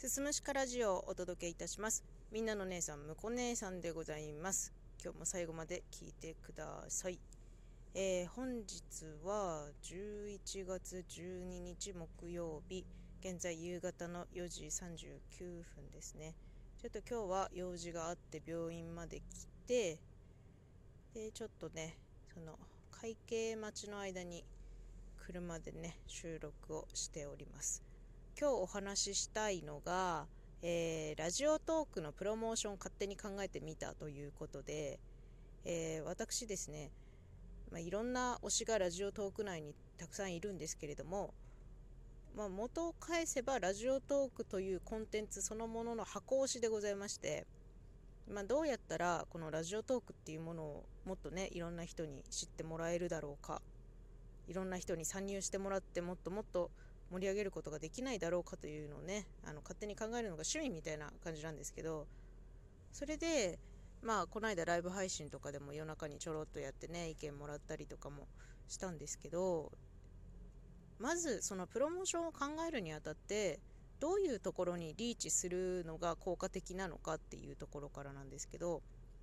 すすむしかラジオをお届けいたします。みんなの姉さん、むこ姉さんでございます。今日も最後まで聞いてください。本日は11月12日木曜日、現在夕方の4時39分ですね。ちょっと今日は用事があって病院まで来て、でちょっとね、その会計待ちの間に車でね収録をしております。今日お話ししたいのが、ラジオトークのプロモーションを勝手に考えてみたということで、私ですね、いろんな推しがラジオトーク内にたくさんいるんですけれども、元を返せばラジオトークというコンテンツそのものの箱推しでございまして、どうやったらこのラジオトークっていうものをもっとねいろんな人に知ってもらえるだろうか、いろんな人に参入してもらってもっともっと盛り上げることができないだろうかというのをね、勝手に考えるのが趣味みたいな感じなんですけど、それでこの間ライブ配信とかでも夜中にちょろっとやってね意見もらったりとかもしたんですけど、まずそのプロモーションを考えるにあたってどういうところにリーチするのが効果的なのかっていうところからなんですけど、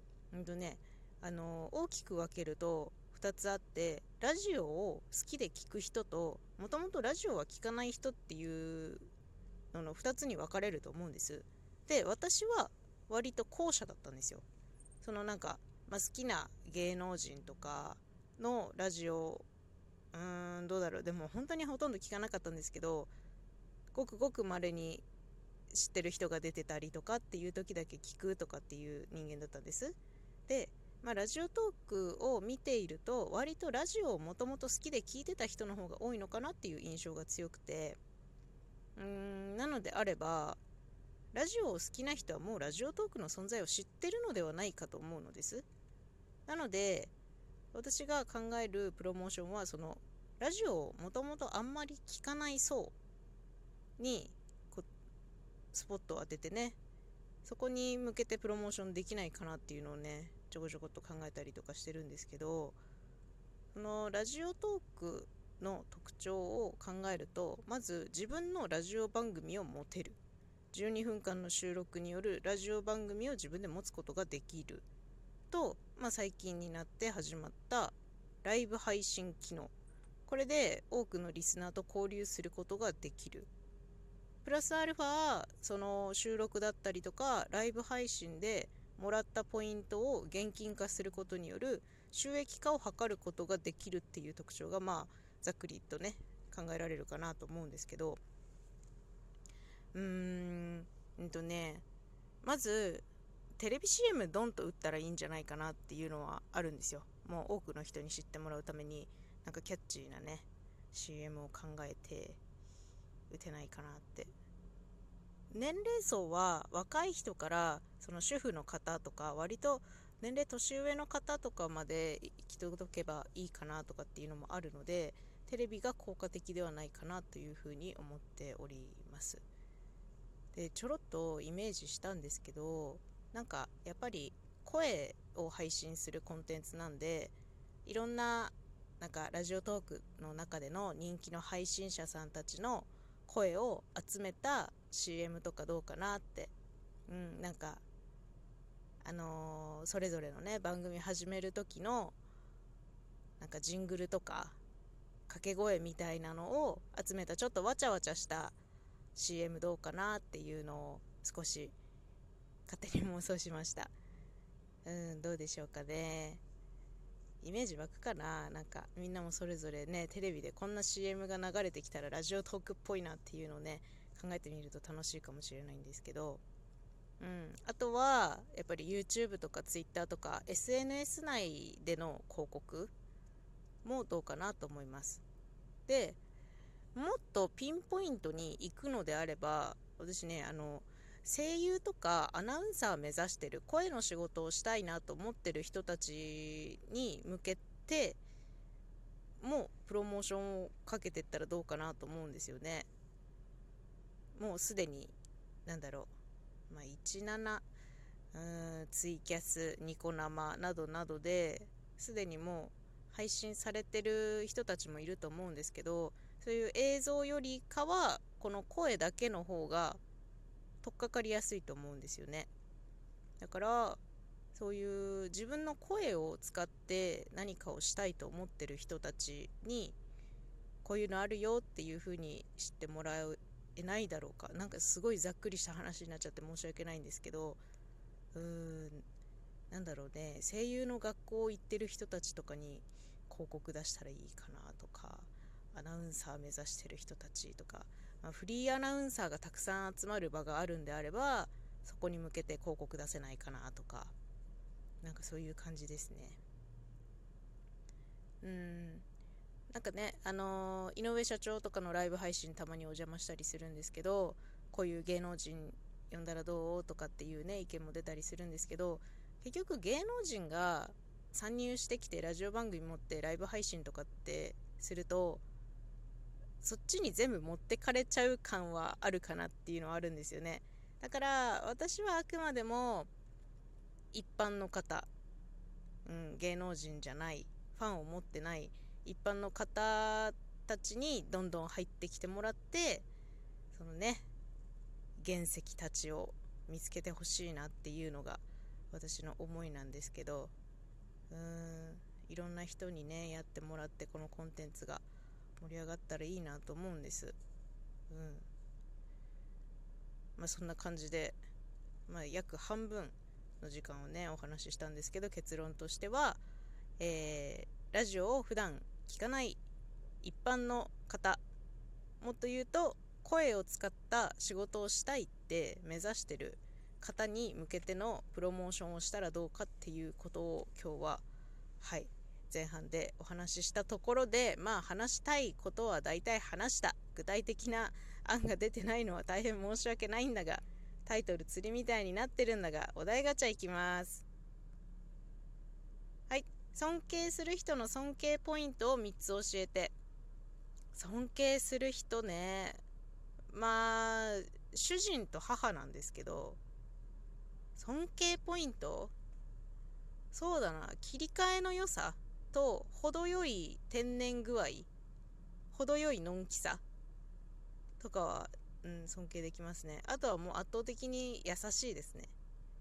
大きく分けると2つあって、ラジオを好きで聞く人ともともとラジオは聞かない人っていうのの2つに分かれると思うんです。で、私は割と後者だったんですよ。その好きな芸能人とかのラジオ、どうだろう、でも本当にほとんど聞かなかったんですけど、ごくごく稀に知ってる人が出てたりとかっていう時だけ聞くとかっていう人間だったんです。で、ラジオトークを見ていると割とラジオをもともと好きで聞いてた人の方が多いのかなっていう印象が強くて、なのであればラジオを好きな人はもうラジオトークの存在を知ってるのではないかと思うのです。なので私が考えるプロモーションは、そのラジオをもともとあんまり聞かない層にスポットを当ててね、そこに向けてプロモーションできないかなっていうのをねちょこちょこっと考えたりとかしてるんですけど、このラジオトークの特徴を考えると、まず自分のラジオ番組を持てる、12分間の収録によるラジオ番組を自分で持つことができると、最近になって始まったライブ配信機能、これで多くのリスナーと交流することができる。プラスアルファ、その収録だったりとかライブ配信でもらったポイントを現金化することによる収益化を図ることができるっていう特徴がざっくりとね考えられるかなと思うんですけど、うーんねまずテレビ CM ドンと打ったらいいんじゃないかなっていうのはあるんですよ。もう多くの人に知ってもらうためにキャッチーなね CM を考えて打てないかなって。年齢層は若い人からその主婦の方とか割と年齢年上の方とかまで行き届けばいいかなとかっていうのもあるので、テレビが効果的ではないかなというふうに思っております。で、ちょろっとイメージしたんですけど、やっぱり声を配信するコンテンツなんで、いろんなラジオトークの中での人気の配信者さんたちの声を集めた CM とかどうかなって。それぞれのね番組始める時のジングルとか掛け声みたいなのを集めたちょっとわちゃわちゃした CM どうかなっていうのを少し勝手に妄想しました。どうでしょうかね。イメージ湧くかな。みんなもそれぞれねテレビでこんな CM が流れてきたらラジオトークっぽいなっていうのをね考えてみると楽しいかもしれないんですけど、あとはやっぱり YouTube とか Twitter とか SNS 内での広告もどうかなと思います。で、もっとピンポイントに行くのであれば、私ね声優とかアナウンサー目指してる声の仕事をしたいなと思ってる人たちに向けてもうプロモーションをかけてったらどうかなと思うんですよね。もうすでに17、ツイキャス、ニコ生などなどですでにもう配信されてる人たちもいると思うんですけど、そういう映像よりかはこの声だけの方が取っかかりやすいと思うんですよね。だからそういう自分の声を使って何かをしたいと思ってる人たちにこういうのあるよっていう風に知ってもらえないだろうか。なんかすごいざっくりした話になっちゃって申し訳ないんですけど、なんだろうね、声優の学校行ってる人たちとかに広告出したらいいかなとか、アナウンサー目指してる人たちとか、フリーアナウンサーがたくさん集まる場があるんであればそこに向けて広告出せないかなとか、なんかそういう感じですね。なんかね、井上社長とかのライブ配信たまにお邪魔したりするんですけど、こういう芸能人呼んだらどうとかっていうね意見も出たりするんですけど、結局芸能人が参入してきてラジオ番組持ってライブ配信とかってすると、そっちに全部持ってかれちゃう感はあるかなっていうのはあるんですよね。だから私はあくまでも一般の方、芸能人じゃない、ファンを持ってない一般の方たちにどんどん入ってきてもらって、そのね原石たちを見つけてほしいなっていうのが私の思いなんですけど、いろんな人にねやってもらってこのコンテンツが盛り上がったらいいなと思うんです。そんな感じで、約半分の時間をねお話ししたんですけど、結論としては、ラジオを普段聞かない一般の方、もっと言うと声を使った仕事をしたいって目指してる方に向けてのプロモーションをしたらどうかっていうことを今日は前半でお話ししたところで、話したいことは大体話した。具体的な案が出てないのは大変申し訳ないんだが、タイトル釣りみたいになってるんだが、お題ガチャいきます。尊敬する人の尊敬ポイントを3つ教えて。尊敬する人ね、主人と母なんですけど、尊敬ポイント、そうだな、切り替えの良さと程よい天然具合、程よいのんきさとかは、尊敬できますね。あとはもう圧倒的に優しいですね。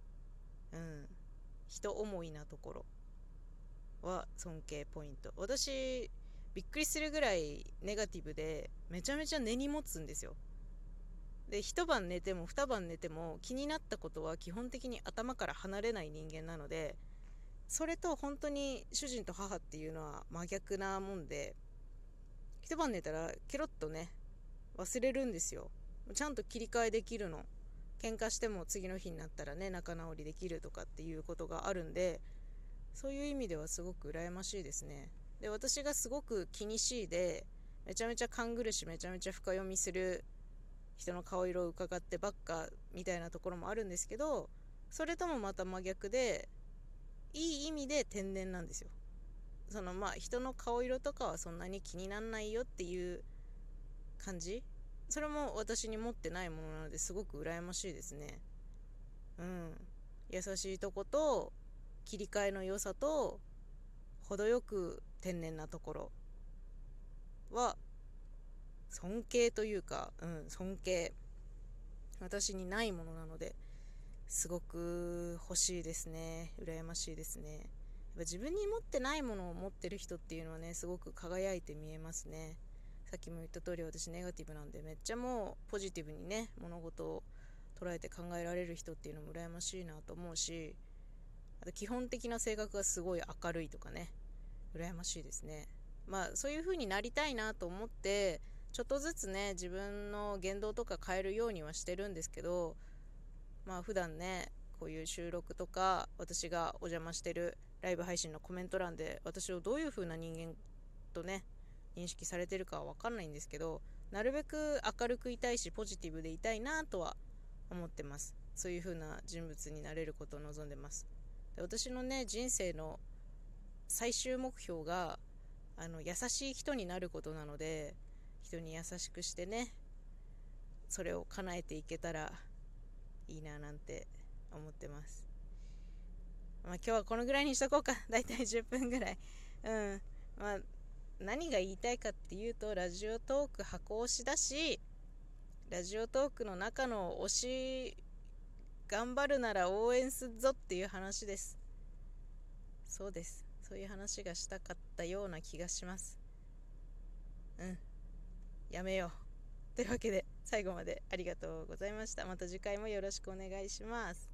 人思いなところは尊敬ポイント。私びっくりするぐらいネガティブで、めちゃめちゃ根に持つんですよ。で、一晩寝ても二晩寝ても気になったことは基本的に頭から離れない人間なので、それと本当に主人と母っていうのは真逆なもんで、一晩寝たらケロッとね忘れるんですよ。ちゃんと切り替えできるの。喧嘩しても次の日になったらね仲直りできるとかっていうことがあるんで、そういう意味ではすごく羨ましいですね。で、私がすごく気にしいで、めちゃめちゃ勘ぐるし、めちゃめちゃ深読みする、人の顔色を伺ってばっかみたいなところもあるんですけど、それともまた真逆で、いい意味で天然なんですよ。人の顔色とかはそんなに気になんないよっていう感じ、それも私に持ってないものなのですごく羨ましいですね。優しいとこと切り替えの良さと程よく天然なところは尊敬というか、尊敬、私にないものなので、すごく欲しいですね。羨ましいですね。やっぱ自分に持ってないものを持ってる人っていうのはね、すごく輝いて見えますね。さっきも言った通り、私ネガティブなんで、めっちゃもうポジティブにね物事を捉えて考えられる人っていうのも羨ましいなと思うし、あと基本的な性格がすごい明るいとかね、羨ましいですね。そういう風になりたいなと思って、ちょっとずつね自分の言動とか変えるようにはしてるんですけど、普段ねこういう収録とか私がお邪魔してるライブ配信のコメント欄で私をどういう風な人間とね認識されてるかは分かんないんですけど、なるべく明るくいたいしポジティブでいたいなとは思ってます。そういう風な人物になれることを望んでます。で、私のね人生の最終目標が優しい人になることなので、人に優しくしてねそれを叶えていけたらいいななんて思ってます。今日はこのぐらいにしとこうか。だいたい10分ぐらい。何が言いたいかっていうと、ラジオトーク箱推しだし、 ラジオトークの中の推し頑張るなら応援すっぞっていう話です。そうです。そういう話がしたかったような気がします。うん。やめよう。というわけで最後までありがとうございました。また次回もよろしくお願いします。